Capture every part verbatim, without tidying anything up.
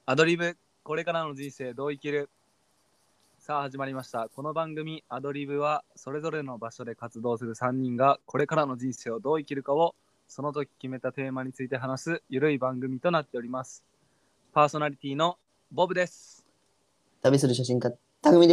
アドリブ、これからの人生どう生きる。さあ始まりました。この番組アドリブはそれぞれの場所で活動するさんにんがこれからの人生をどう生きるかをその時決めたテーマについて話すゆるい番組となっております。パーソナリティのボブです。 旅する写真家たぐみです。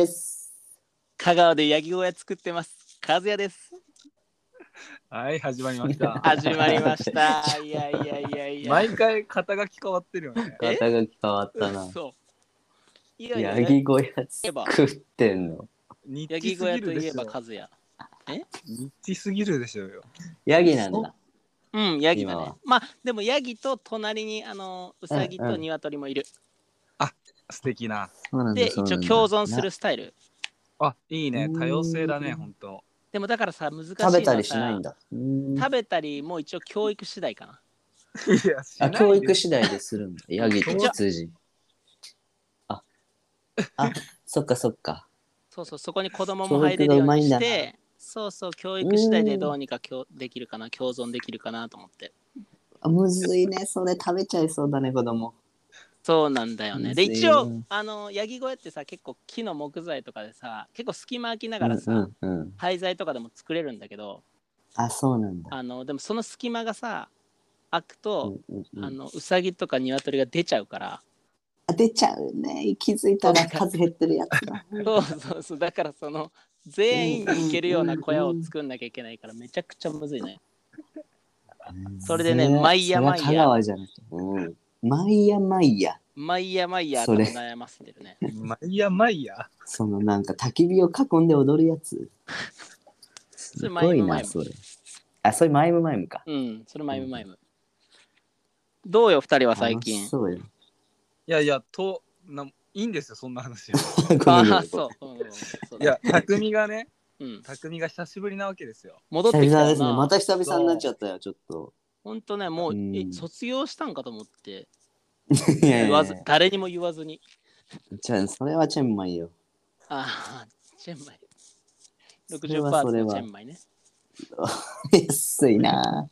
香川でヤギ小屋作ってます和也です。 はい始まりました始まりましたいやいやいやいや毎回肩書き変わってるよね。 肩書き変わったな。 そういやヤギ小屋作ってんの。 ヤギ小屋といえば和也。 えニッチすぎるでしょうよ。 ヤギなんだ。 うんヤギだね。まあでもヤギと隣にあのウサギと鶏もいる。 うんうん、あ素敵な。 で一応共存するスタイル。 あいいね多様性だね本当。 でもだからさ難しいのは食べたりしないんだ。 食べたりも一応教育次第かな。 いやしないあ教育次第でするんだ。ヤギと羊。ああそっかそっか。 そうそうそこに子供も入れるようにして、そうそう教育次第でどうにかできるかな共存できるかなと思って。 あむずいねそれ食べちゃいそうだね子供。 そうなんだよね。で一応あのヤギ小屋ってさ結構木の木材とかでさ結構隙間空きながらさ、うんうんうん、廃材とかでも作れるんだけど、 あそうなんだ。 あのでもその隙間がさ開くと、うんうんうん、あのウサギとか鶏が出ちゃうから。 あ出ちゃうね気づいたら数減ってるやつだ。 そうそうそうだからその全員に行けるような小屋を作んなきゃいけないからめちゃくちゃむずいね。それでね毎夜毎夜。 香川じゃなくて。うん毎夜毎夜毎夜毎夜頭悩ませてるね。 毎夜毎夜そのなんか焚き火を囲んで踊るやつすごいなそれ。あそれマイムマイムか。 うんそれマイムマイム、うん、どうよ二人は最近。 そうよ。 いやいやとないいんですよそんな話は。 あそう、うん、 そういや匠がね、うん、匠が久しぶりなわけですよ。 戻ってきたですね。また久々になっちゃったよちょっと。 ほんとねもう、うん、え卒業したんかと思っていやいや言わず誰にも言わずに。 じゃあそれはチェンマイよ。 ああチェンマイ ろくじゅっパーセント のチェンマイね。 安いな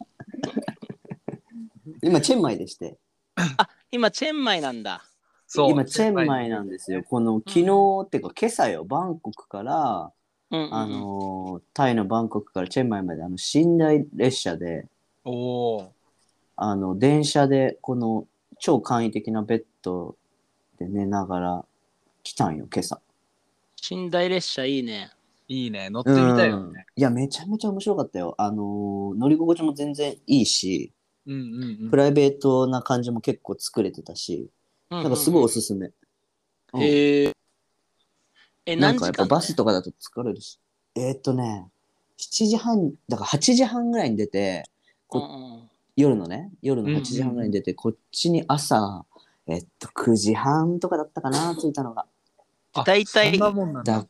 今チェンマイでして。 あ今チェンマイなんだ。 そう今チェンマイなんですよ。この昨日、うん、っていうか今朝よバンコクから、うんうんうん、あのタイのバンコクからチェンマイまであの寝台列車でおあの電車でこの超簡易的なベッドで寝ながら来たんよ今朝。 寝台列車いいね。 いいね乗ってみたいよね、うん、いやめちゃめちゃ面白かったよ。あの乗り心地も全然いいし、 うんうんうん、 プライベートな感じも結構作れてたし、うんうん、なんかすごいおすすめ。 うん、へえ。 えなんかやっぱバスとかだと疲れるし。えー、っとねしちじはんだからはちじはんぐらいに出てこ、うんうん、夜のね夜のはちじはんぐらいに出て、うんうん、こっちに朝えっとくじはんとかだったかな着いたのが。 だいたいそんなもんなんだ。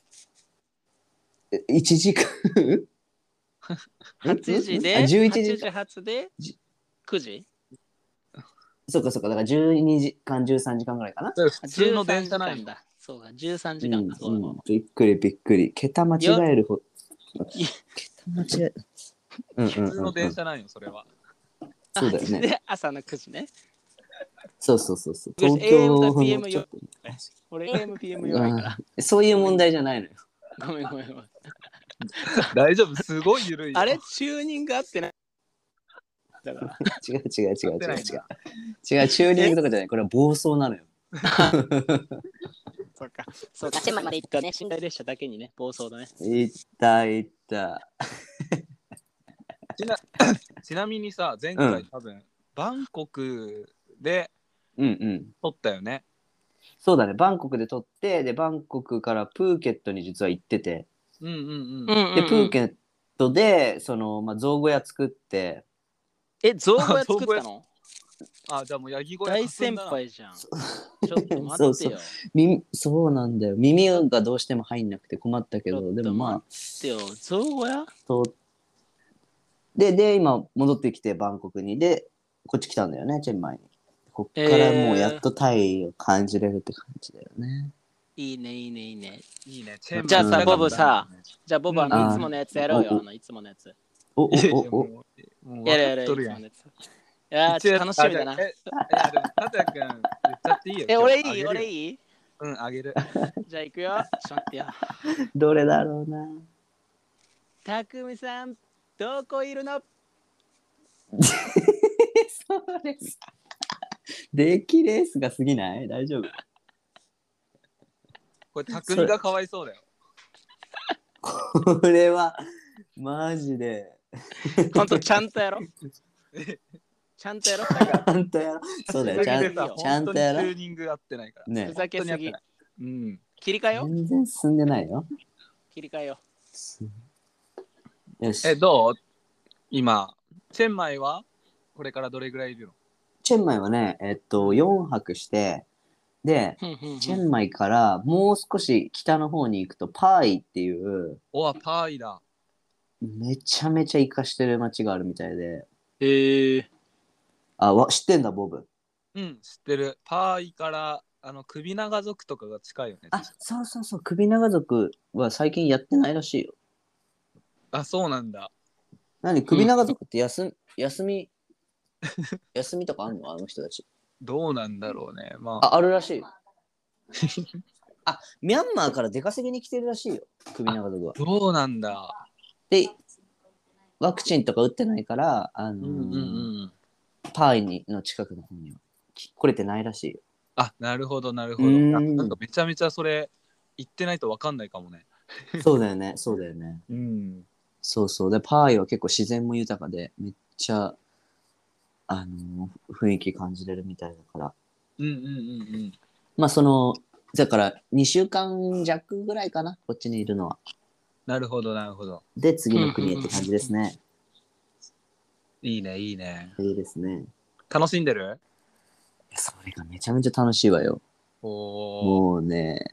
いちじかんはちじでじゅういちじはちじ発でくじ。 そうかそうかだからじゅうにじかんじゅうさんじかんぐらいかな。 普通の電車なんだ。そうかじゅうさんじかんか、 うんうん、びっくりびっくり桁間違えるほ桁間違える、 うんうんうんうん、普通の電車なんよそれは。 そうだよね。 で朝のくじね。 そうそうそうそう東京のエーエム か ピーエム よ俺 エーエム ピーエム 弱いから、 うん、そういう問題じゃないのよ。 ごめんごめんごめん大丈夫すごい緩いよ。 あれチューニング合ってないだから違う違う違う違う違う違うチューニングとかじゃないこれは暴走なのよ。 そうかそうかチェンマイまで行ったね寝台列車だけにね暴走だね。 行った行ったちなちなみにさ前回、うん、多分バンコクで撮ったよね、うんうん、 そうだねバンコクで撮ってでバンコクからプーケットに実は行ってて、 うんうんうん、 でプーケットでその、まあ、象小屋作ってえ象小屋作ったのあじゃあもうヤギ小屋大先輩じゃん。ちょっと待ってよ。そうそう耳そうなんだよ耳がどうしても入んなくて困ったけどでもまあ待ってよ象小屋でで今戻ってきてバンコクにでこっち来たんだよねチェンマイに。こっからもうやっとタイを感じれるって感じだよね、 えー、いいねいいねいいねいいねチェンマイじゃあさボブさじゃあボブあのいつものやつやろうよ、うん、あのいつものやつおおおおやるやるいつものやついやー、ちょっと楽しみだな。 え、いや、でも、かずやくん、言っちゃっていいよ。 え、俺いい今日俺いいあげるようん、あげる。 じゃあ行くよ。ちょっと待ってよ。 どれだろうな。 たくみさん、どこいるの？ それさ、デッキレースが過ぎない？大丈夫？ これ、匠がかわいそうだよ。 これは、マジで。 ほんと、ちゃんとやろ。ちゃんとやろ。 ちゃんとやろ。そうだよ、ちゃんちゃちゃんとやろ。 チューニング合ってないから。 ふね、 ざけすぎ。 うん。 切り替えよ。 全然進んでないよ。 切り替えよ。 よし。 え、どう今、チェンマイはこれからどれぐらいいるの？ チェンマイはね、えっと、よんはくして、で、 ふんふんふんチェンマイからもう少し北の方に行くと、パーイっていう、 お、パーイだ。 めちゃめちゃ活かしてる街があるみたいで、 へえ。 あ、わ、知ってんだ、ボブ。 うん、知ってる。パーイから、あの、首長族とかが近いよね。 あ、そうそうそう、首長族は最近やってないらしいよ。 あ、そうなんだ。 何、首長族って休休み、休みとかあんのあの人たち。 どうなんだろうね。まあ、 あ、あるらしいよ。あ、ミャンマーから出稼ぎに来てるらしいよ、首長族は。 どうなんだ。 で、ワクチンとか打ってないから、あのーうんうんうん。 パーイにの近くの方にはき来れてないらしいよ。 あ、なるほど、なるほど。 うーんあなんかめちゃめちゃそれ、言ってないと分かんないかもね。 そうだよね、そうだよね。 うん。 そうそう。で、パーイは結構自然も豊かで、めっちゃ、あのー雰囲気感じれるみたいだから。 うんうんうんうん。 まあ、その、だからにしゅうかん弱ぐらいかな、こっちにいるのは。 なるほど、なるほど。 で、次の国へって感じですね。 いいね、いいね。 いいですね。 楽しんでる？ それがめちゃめちゃ楽しいわよ。 おー。 もうね、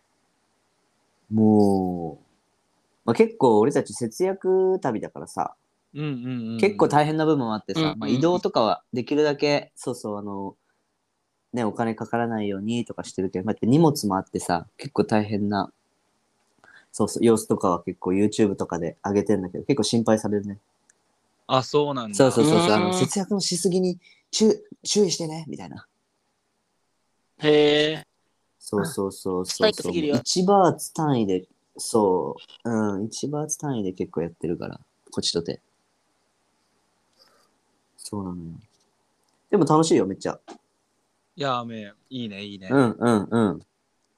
もう、まあ、結構俺たち節約旅だからさ、 うんうんうんうん。 結構大変な部分もあってさ、 うんまあ、移動とかはできるだけ、そうそう、あの、ね、お金かからないようにとかしてるけど、まあ、やっぱ荷物もあってさ、結構大変な、そうそう、様子とかは結構 YouTube とかで上げてんだけど、結構心配されるね。 あ、そうなんだ。 そうそうそうそう、あの、 うーん節約のしすぎに注注意してね、みたいな。 へえ。 そうそうそうスパそうそう。 イクすぎるよ。 いちバーツ単位で、そう、うん、いちバーツ単位で結構やってるから、こっちとて。そうなのよ。でも楽しいよ、めっちゃ。 いやーめいいね、いいね。 うんうんうん。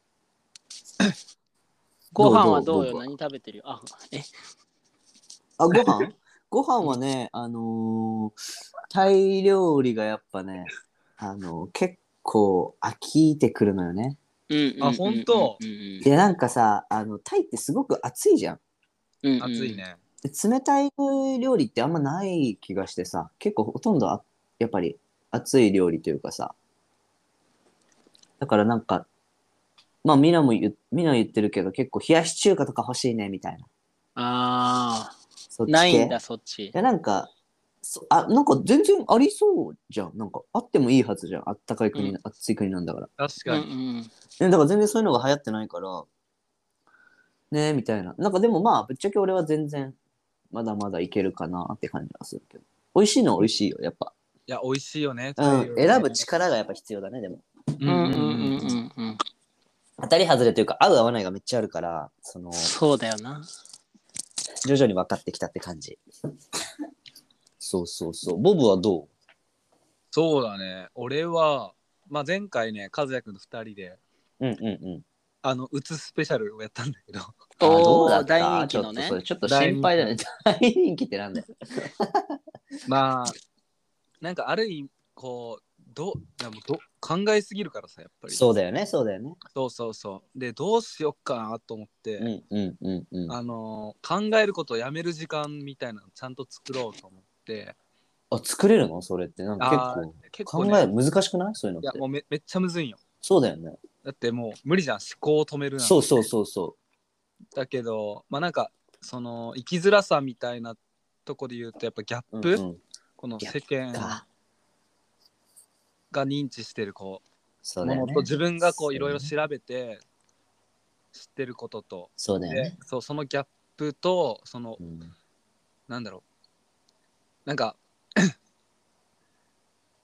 ご飯はどうよ？ ボブは何食べてるよ？あ、え、 あ、ご飯ご飯はね、あのータイ料理がやっぱね、あのー結構飽きてくるのよね。 うんうんうんうんうん。 あほんといや、なんかさ、あの、タイってすごく暑いじゃん。 うんうん。 暑いね。 で冷たい料理ってあんまない気がしてさ、結構ほとんどあやっぱり暑い料理というかさ、だからなんか、まあみんなも言う、みんな言ってるけど結構冷やし中華とか欲しいねみたいな。 ああ、 そっち系。 ないんだ、そっち。 いや、なんか、そあ、なんか全然ありそうじゃん。なんかあってもいいはずじゃん。あったかい国、 うん暑い国なんだから。 うんう確かに。 ん。 えだから全然そういうのが流行ってないから、ねえ、みたいな。なんかでもまあ、ぶっちゃけ俺は全然、まだまだいけるかなって感じはするけど。美味しいのは美味しいよ、やっぱ。 いや、美味しいよね。 うん、選ぶ力がやっぱ必要だね、でも。 うんうんんうんううんうん。 うんうん。 当たり外れというか、合う合わないがめっちゃあるから、その、 そうだよな。 徐々に分かってきたって感じ。そうそうそう。ボブはどう？ そうだね。俺は、まあ、前回ね、和也くんとふたりで、 うんうんうん。 あの、うつスペシャルをやったんだけど、 あ、どうだおー、大った人気のね。 ちょっとそれ、ちょっと心配だね。大人気ってなんだよ。 まあ、なんかある意味、こう、どう、いやもうど考えすぎるからさ、やっぱり。 そうだよね、そうだよね。 そうそうそう。で、どうしよっかなと思って、 うんうんうんうん。 あのー考えることをやめる時間みたいなのをちゃんと作ろうと思って、 あ、作れるのそれって。なんか結あー構、 結構ね、 考え難しくないそういうのいや、 って。 もうめめっちゃむずいんよ。 そうだよね。 だってもう無理じゃん、思考を止めるなんて。 そうそうそうそだけど、まあなんか、その、生きづらさみたいなとこで言うと、やっぱギャッう。うんプ、 うん。 このギャッ世間か。 が認知してるこそううだよね。 ものと自分がこういろいろそうだね調べて知ってることと、で、 そうだよね。 そうそのギャップとそのうん。 なんだろうなんか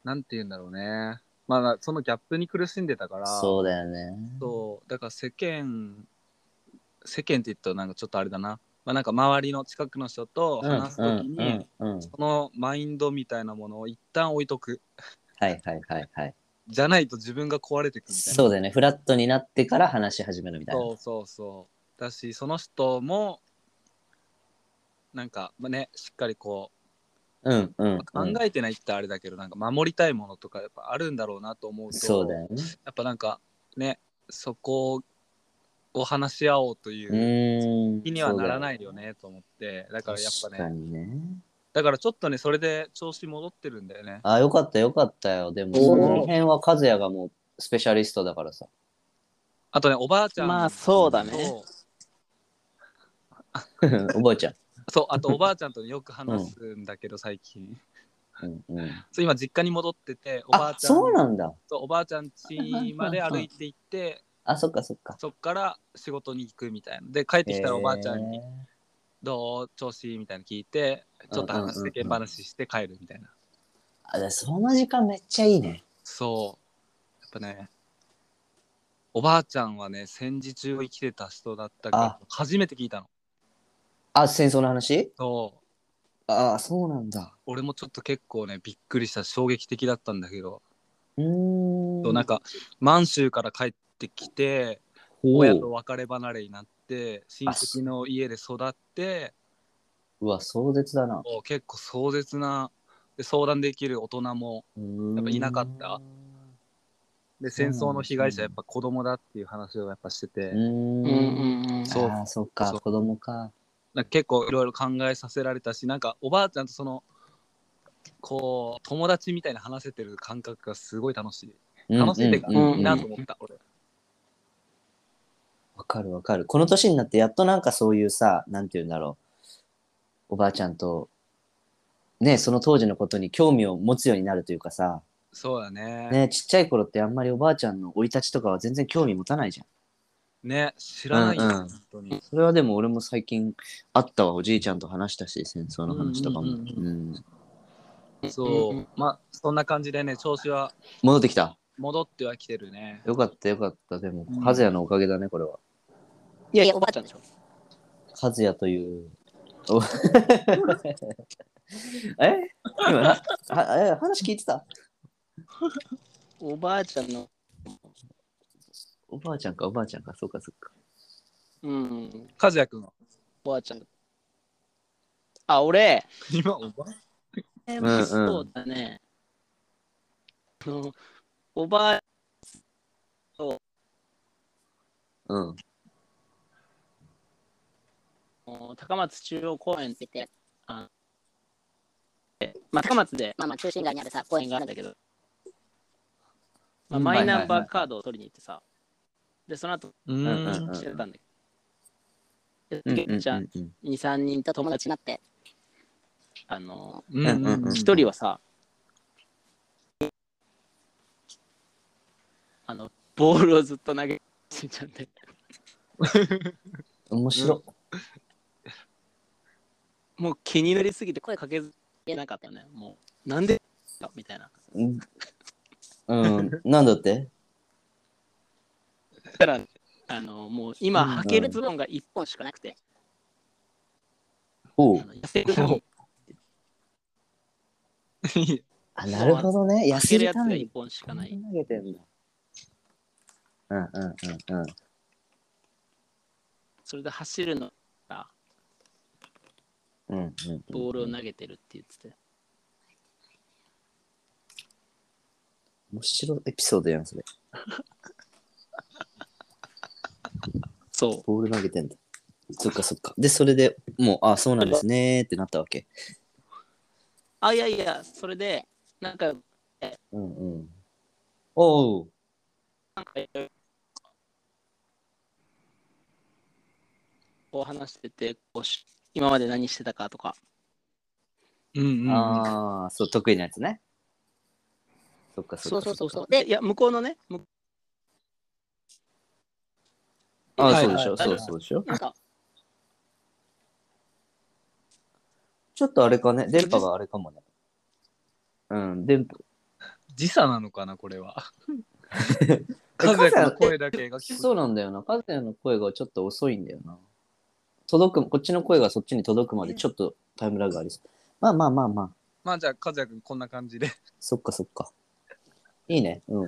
なんて言うんだろうね。まあ、そのギャップに苦しんでたから、 そうだよね。 そう、だから世間、世間って言うとなんかちょっとあれだな。まあ、なんか周りの近くの人と話すときに、 うんうんうん、 そのマインドみたいなものを一旦置いとく。 はいはいはいはい。 じゃないと自分が壊れてくみたいな。 そうだよね。フラットになってから話し始めるみたいな。 そうそうそう。だし、その人も、なんか、まあね、しっかりこう、うんうん、 う、考えてないってあれだけど、なんか守りたいものとかやっぱあるんだろうなと思うと、 そうだよね。 やっぱなんかね、そこを話し合おうという気にはならないよねと思って、だからやっぱね、 確かにね。 だからちょっとね、それで調子戻ってるんだよね。 あ、よかったよかったよ。でも、その辺は和也がもうスペシャリストだからさ。 あとね、おばあちゃんと、 まあそうだね。 おばあちゃん。 そう、あとおばあちゃんとよく話すんだけど、最近。 うんうん、 そう今実家に戻ってて、おばあちゃん、 そうなんだ。 そうおばあちゃん家まで歩いて行って、 あ、そっかそっか。 そっから仕事に行くみたいな。で、帰ってきたらおばあちゃんに、どう調子みたいな聞いて、ちょっと話して、世間話して帰るみたいな。 あ、その時間めっちゃいいね。 そう。やっぱね、おばあちゃんはね、戦時中を生きてた人だったから初めて聞いたの。 あ、戦争の話？ そう。 ああ、そうなんだ。 俺もちょっと結構ね、びっくりした、衝撃的だったんだけど、 うーん。 そうなんか満州から帰ってきて、親と別れ離れになって親戚の家で育って、 うわ、壮絶だな。 結構壮絶なで、相談できる大人もやっぱいなかった。で、戦争の被害者やっぱ子供だっていう話をやっぱしてて、 うーん。そう、ああ、そっか、子供か。 なんか結構いろいろ考えさせられたし、なんかおばあちゃんとそのこう友達みたいな話せてる感覚がすごい楽しい。楽しいってか、いいなと思った、俺。 わかるわかる。この年になってやっとなんかそういうさ、なんていうんだろう。おばあちゃんと、ね、その当時のことに興味を持つようになるというかさ。 そうだね。 ね、ちっちゃい頃ってあんまりおばあちゃんの生い立ちとかは全然興味持たないじゃん。 ね、知らないよ、 うんうん、 本当に。 それはでも俺も最近あったわ。おじいちゃんと話したし、戦争の話とかも。 そう。まあ、そんな感じでね、調子は戻ってきた。 戻ってはきてるね。 よかったよかった。でも、和也のおかげだね、これは。 いやいや、おばあちゃんでしょ。 和也という。え今なは話聞いてた？ おばあちゃんの。 おばあちゃんか、おばあちゃんか、そうか、そうか。 うん。 和也くんはおばあちゃん。あ、俺。 今、おばえー、そうだね。うん、おばあと、 うん。 高松中央公園って言って、あまあ、高松で、まあ、まあ中心街にあるさ、公園があるんだけど、まあ、マイナンバーカードを取りに行ってさ、で、その後、 うん、 してたんだけど、じゃあ、に、さんにんと友達になって、あの、一人はさ、あの、ボールをずっと投げてちゃって。 面白い。 もう気になりすぎて声かけずけなかったよね。もう、なんでみたいな。 うん、なんだってだから、あの、もう今、履けるズボンがいっぽんしかなくて。 ほう。 痩せるために。あ、なるほどね。 痩せるやつがいっぽんしかない。 投げてんだ。うんうんうんうん。 それで走るのが、 うんうん、 ボールを投げてるって言ってて。 面白いエピソードやん、それ。 そう。 ボール投げてんだ。そっかそっか。で、それでもう、あ、そうなんですねーってなったわけ。 あ、いやいや、それで、なんか、 うんうん。おう。 なんか、こう話してて、こうし今まで何してたかとか。 うんうん、 ああ、そう、得意なやつね。そっかそっか。 そうそうそう。で、いや、向こうのね、向ああ、そうでしょ、そうそうでしょ。 なんか、 ちょっとあれかね、電波があれかもね。うん、電波。 時差なのかなこれは。和也君の声だけが聞こえそうなんだよな。和也の声がちょっと遅いんだよな。届く、こっちの声がそっちに届くまでちょっとタイムラグありそう。まあまあまあまあ。 まあじゃあ和也君こんな感じで。 そっかそっか。いいね。うん。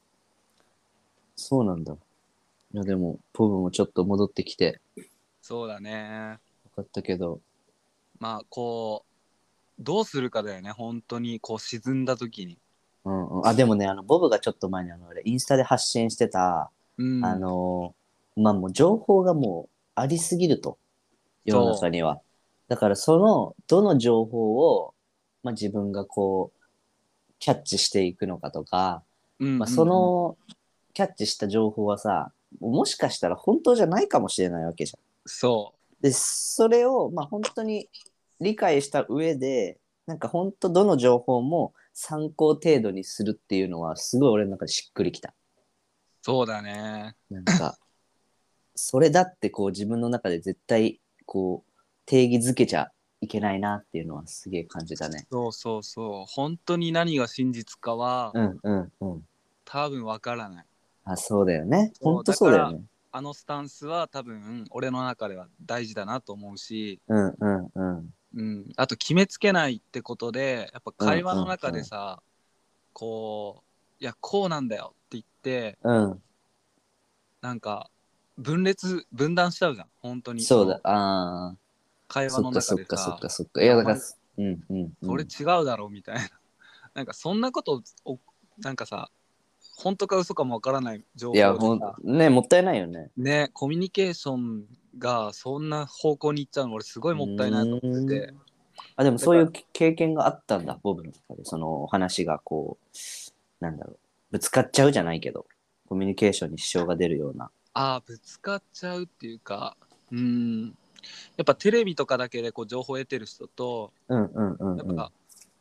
そうなんだ。いやでも、ポブもちょっと戻ってきてそうだね。 よかったけど。 まあこうどうするかだよね。本当にこう沈んだ時に。 うんうん、あ、でもね、あの、ボブがちょっと前にあの、インスタで発信してた、 うん、 あの、まあもう情報がもうありすぎると。世の中には。だからその、どの情報を、まあ自分がこう、キャッチしていくのかとか、 うんうんうん、 まあその、キャッチした情報はさ、もしかしたら本当じゃないかもしれないわけじゃん。 そう。で、それを、まあ本当に理解した上で、なんか本当どの情報も参考程度にするっていうのは、すごい俺の中でしっくりきた。 そうだね。 なんか、それだってこう自分の中で絶対こう定義づけちゃいけないなっていうのはすげえ感じたね。 そうそうそう。本当に何が真実かは、 うんうんうん。 多分わからない。 あ、そうだよね。 そうほんとそうだよね。 あのスタンスは多分俺の中では大事だなと思うし、 うんうんうん。 うん、あと決めつけないってことでやっぱ会話の中でさ、 うんうんうん、 こういやこうなんだよって言ってうん。 なんか分裂分断しちゃうじゃん本当に。 そうだ。ああ。 会話の中でそっかそっさ、 かそっか。いやだから、 あうんうんうん。 それ違うだろうみたいななんかそんなことをなんかさ本当か嘘かもわからない情いや、ほん、 報でさね、もったいないよね。 ねコミュニケーションがそんな方向に行っちゃうの俺すごいもったいないと思ってて。 あ、でもだからそういう経験があったんだ、ボブの中で。その話がこう、なんだろう。ぶつかっちゃうじゃないけど、コミュニケーションに支障が出るような。 ああぶつかっちゃうっていうか、うんやっぱテレビとかだけでこう情報を得てる人と、 うんうんうんうん。 やっぱ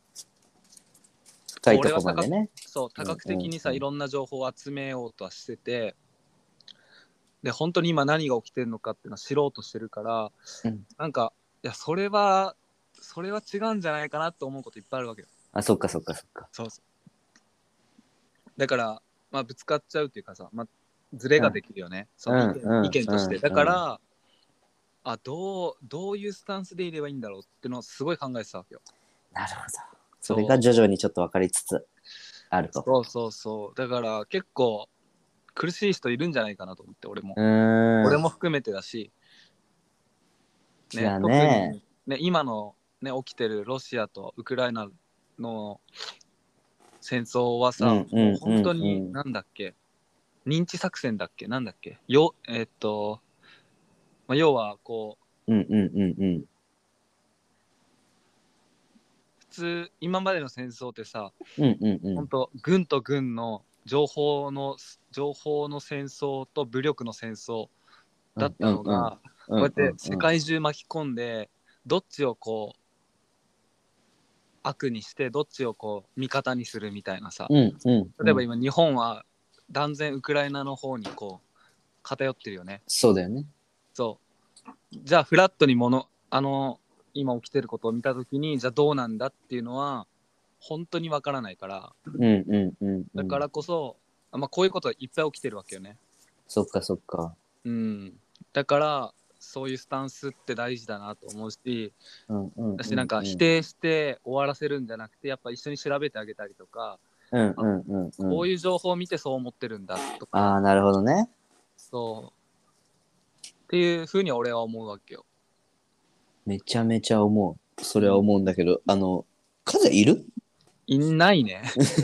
深いとこまでね。 そう多角的にさ、 うんうんうん、 いろんな情報を集めようとはしてて、で本当に今何が起きてるのかっていうのは知ろうとしてるから、 うん、 なんかいやそれはそれは違うんじゃないかなと思うこといっぱいあるわけよ。 あ、そっかそっかそっか。 そうそうだからまあぶつかっちゃうっていうかさ、まあ、ズレができるよね、うん、その意見、 うん、 意見として、 うん、 だから、うん、あどうどういうスタンスでいればいいんだろうっていうのをすごい考えてたわけよ。 なるほど。それが徐々にちょっと分かりつつあると。 そうそうそうだから結構苦しい人いるんじゃないかなと思って、俺も俺も含めてだし、ね、特に、ね、今の、ね、起きてるロシアとウクライナの戦争はさ、 うんうんうんうん、 もう本当になんだっけ認知作戦だっけなんだっけよえー、っと、まあ、要はこう、うんうんうんうん、 普通今までの戦争ってさ、 うんうんうん、 本当軍と軍の情報の情報の戦争と武力の戦争だったのが、こうやって世界中巻き込んでどっちをこう悪にしてどっちをこう味方にするみたいなさ、 うんうん、 例えば今日本は断然ウクライナの方にこう偏ってるよね。 そうだよね。 そうじゃあフラットにものあの今起きてることを見たときにじゃあどうなんだっていうのは本当にわからないから、 うんうんうんうん、 だからこそ、まあ、こういうことがいっぱい起きてるわけよね。 そっかそっか。 うん、だからそういうスタンスって大事だなと思うし、 うんうんうんうん、 私なんか否定して終わらせるんじゃなくてやっぱ一緒に調べてあげたりとか、 うんうんうんうん、 こういう情報を見てそう思ってるんだとか、 ああなるほどね。 そうっていうふうに俺は思うわけよ。 めちゃめちゃ思う。それは思うんだけど、うん、あの風いる？ いないね。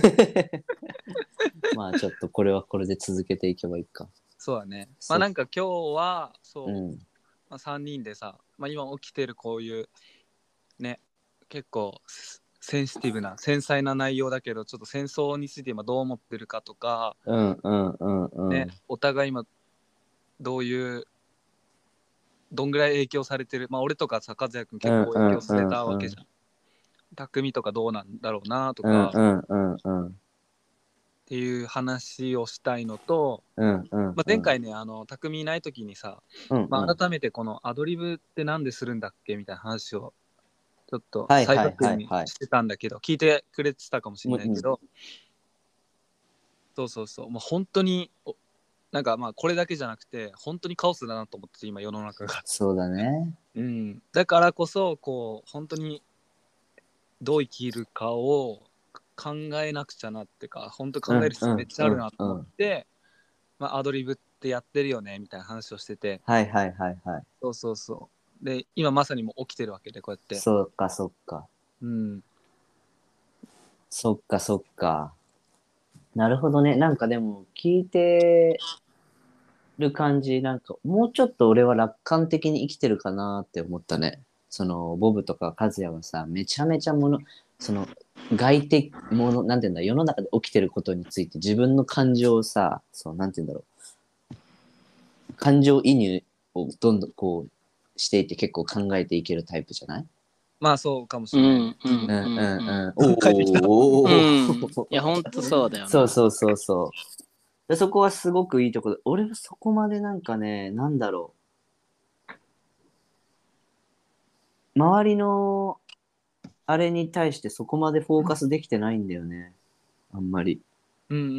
まあちょっとこれはこれで続けていけばいいか。 そうだね。まあなんか今日はそう、うん、まあ、さんにんでさ、まあ、今起きてるこういうね結構センシティブな繊細な内容だけどちょっと戦争について今どう思ってるかとか、 うんうんうんうん、 ね、お互い今どういうどんぐらい影響されてる、まあ俺とかさ和也くん結構影響されたわけじゃん、うんうんうん、匠とかどうなんだろうなとか、 うんうんうん、 っていう話をしたいのと、 うんうんうん、 まあ、前回ねあの匠いない時にさ、うんうん、まあ、改めてこのアドリブってなんでするんだっけみたいな話をちょっと再確認してたんだけど、聞いてくれてたかもしれないけど、 そうそうそう。もう本当に、なんかまあこれだけじゃなくて、本当にカオスだなと思ってて、今世の中が。 そうだね。 うん。だからこそ、こう、本当にどう生きるかを考えなくちゃなってか、本当考える必要めっちゃあるなと思って、うんうんうん、まあアドリブってやってるよねみたいな話をしてて。 はいはいはいはい。 そうそうそう。で、今まさにもう起きてるわけで、こうやって。 そっかそっか。 うん。 そっかそっか。なるほどね。なんかでも聞いてる感じ、なんかもうちょっと俺は楽観的に生きてるかなって思ったね。そのボブとか和也はさ、めちゃめちゃもの、その外的もの、なんていうんだ、世の中で起きてることについて自分の感情をさ、そう、なんていうんだろう。感情移入をどんどんこうしていって結構考えていけるタイプじゃない？ まあそうかもしれない。 うんうんうんうん。 お帰ってきた。 うん。いや、ほんとそうだよね。 そうそうそうそう。でそこはすごくいいところ。俺はそこまでなんかね、なんだろう。周りのあれに対してそこまでフォーカスできてないんだよね。あんまり。 うんうんうんうん。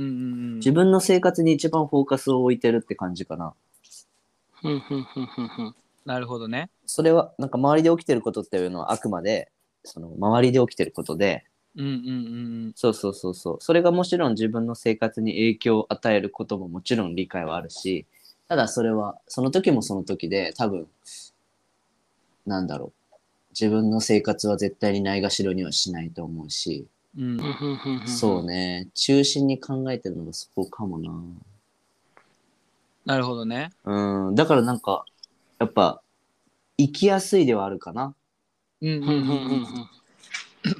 自分の生活に一番フォーカスを置いてるって感じかな。 ふんふんふんふんふん。 なるほどね。 それは、なんか周りで起きてることっていうのはあくまで、その周りで起きてることで、 うんうんうんうん。 そうそうそうそう。それがもちろん自分の生活に影響を与えることももちろん理解はあるし、ただそれは、その時もその時で、多分、なんだろう。自分の生活は絶対にないがしろにはしないと思うし、 うん、 そうね。中心に考えてるのがそこかもな。 なるほどね。 うん。だからなんか、やっぱ、生きやすいではあるかな。 うんうんうんうん。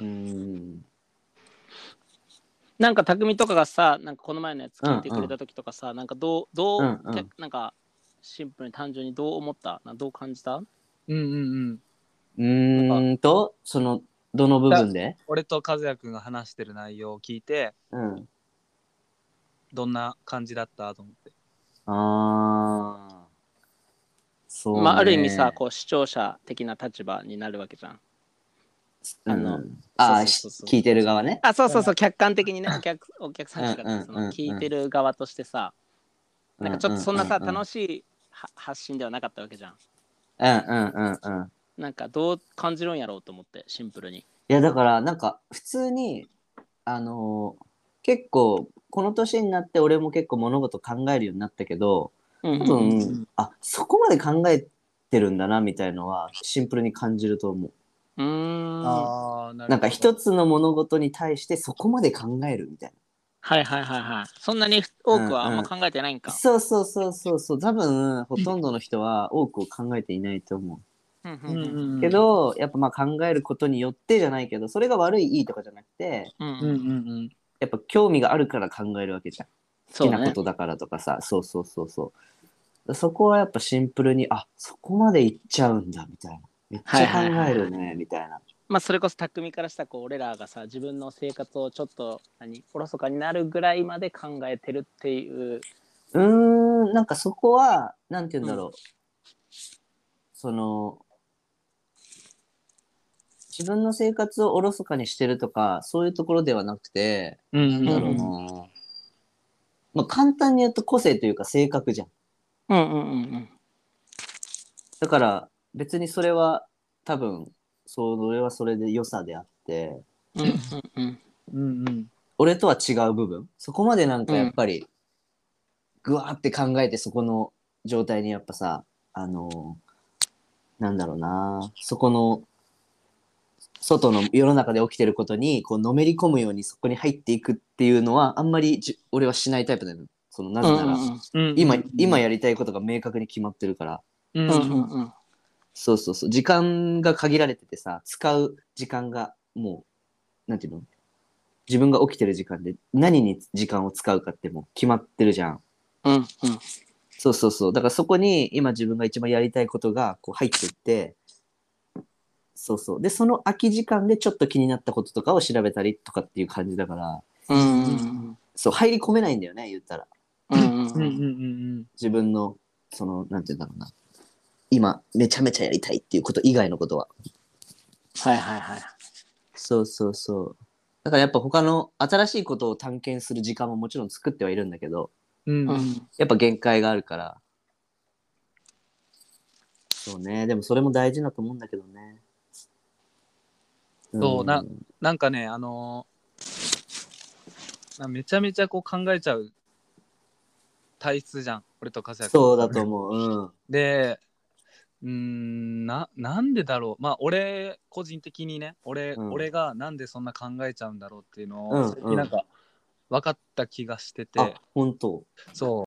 なんか匠とかがさ、なんかこの前のやつ聞いてくれた時とかさ、うんうん、なんかどうどう、うんうん、なんかシンプルに単純にどう思った？などう感じた？ うんうんうん。 うーんと、そのどの部分で？ 俺と和也くんが話してる内容を聞いて、 うん、 どんな感じだったと思って。 ああ、そうね。 まあある意味さ、こう視聴者的な立場になるわけじゃん。 あの、うん、ああ、聞いてる側ね。 あ、そうそうそう、客観的にね、お客お客さんとかその聞いてる側としてさ、なんかちょっとそんなさ、楽しい発信ではなかったわけじゃん。 うんうんうんうん。 なんかどう感じるんやろうと思って、シンプルに。いやだからなんか普通にあのー、結構この年になって俺も結構物事考えるようになったけど、多分、うんうん、あそこまで考えてるんだなみたいのはシンプルに感じると思う。 うーん。 あ、なるほど。 なんか一つの物事に対してそこまで考えるみたいな。 はいはいはいはい。そんなに多くはあんま考えてないんか。 うんうん、そうそうそうそうそう。多分ほとんどの人は多くを考えていないと思う。けどやっぱまあ考えることによってじゃないけど、それが悪いいいとかじゃなくて、 うんうんうん、 やっぱ興味があるから考えるわけじゃん。好きなことだからとかさ、そうね、そうそうそうそう。そこはやっぱシンプルに、あ、そこまでいっちゃうんだみたいな。めっちゃ考えるね、はいはいはい、みたいな。 まあそれこそ匠からしたらこう俺らがさ、自分の生活をちょっと何おろそかになるぐらいまで考えてるっていう。 うーん、なんかそこはなんて言うんだろう。うん、その自分の生活をおろそかにしてるとかそういうところではなくて、うん、なんだろうな、うん、まあ簡単に言うと個性というか性格じゃん。 うんうんうんうん。 だから別にそれは多分それはそれで良さであって、うんうんうんうんうん、俺とは違う部分、そこまでなんかやっぱりぐわーって考えてそこの状態にやっぱさ、あのー、なんだろうな、そこの外の世の中で起きてることにこうのめり込むようにそこに入っていくっていうのはあんまりじ俺はしないタイプだよ。そのなぜなら、うん、今、今やりたいことが明確に決まってるから。うんうんうん、そうそうそう。時間が限られててさ、使う時間がもう、なんていうの？自分が起きてる時間で何に時間を使うかってもう決まってるじゃん。うんうん。そうそうそう。だからそこに今自分が一番やりたいことがこう入っていって、そうそう。で、その空き時間でちょっと気になったこととかを調べたりとかっていう感じだから、うんうんうん、そう、入り込めないんだよね、言ったら。うんうんうん、自分の、その、なんて言うんだろうな。今、めちゃめちゃやりたいっていうこと以外のことは。はいはいはい。そうそうそう。 だからやっぱ他の新しいことを探検する時間ももちろん作ってはいるんだけど、 うんうん。 やっぱ限界があるから。そうね。でもそれも大事だと思うんだけどね。 そうな、 んなんかね、あのーなめちゃめちゃこう考えちゃう体質じゃん、俺と和也君。 そうだと思う。うん。 で、うーんな、なんでだろう。まあ、俺、個人的にね、俺、 うん俺がなんでそんな考えちゃうんだろうっていうのを、 うん最近なんか分かった気がしてあて、、 本当。 そう。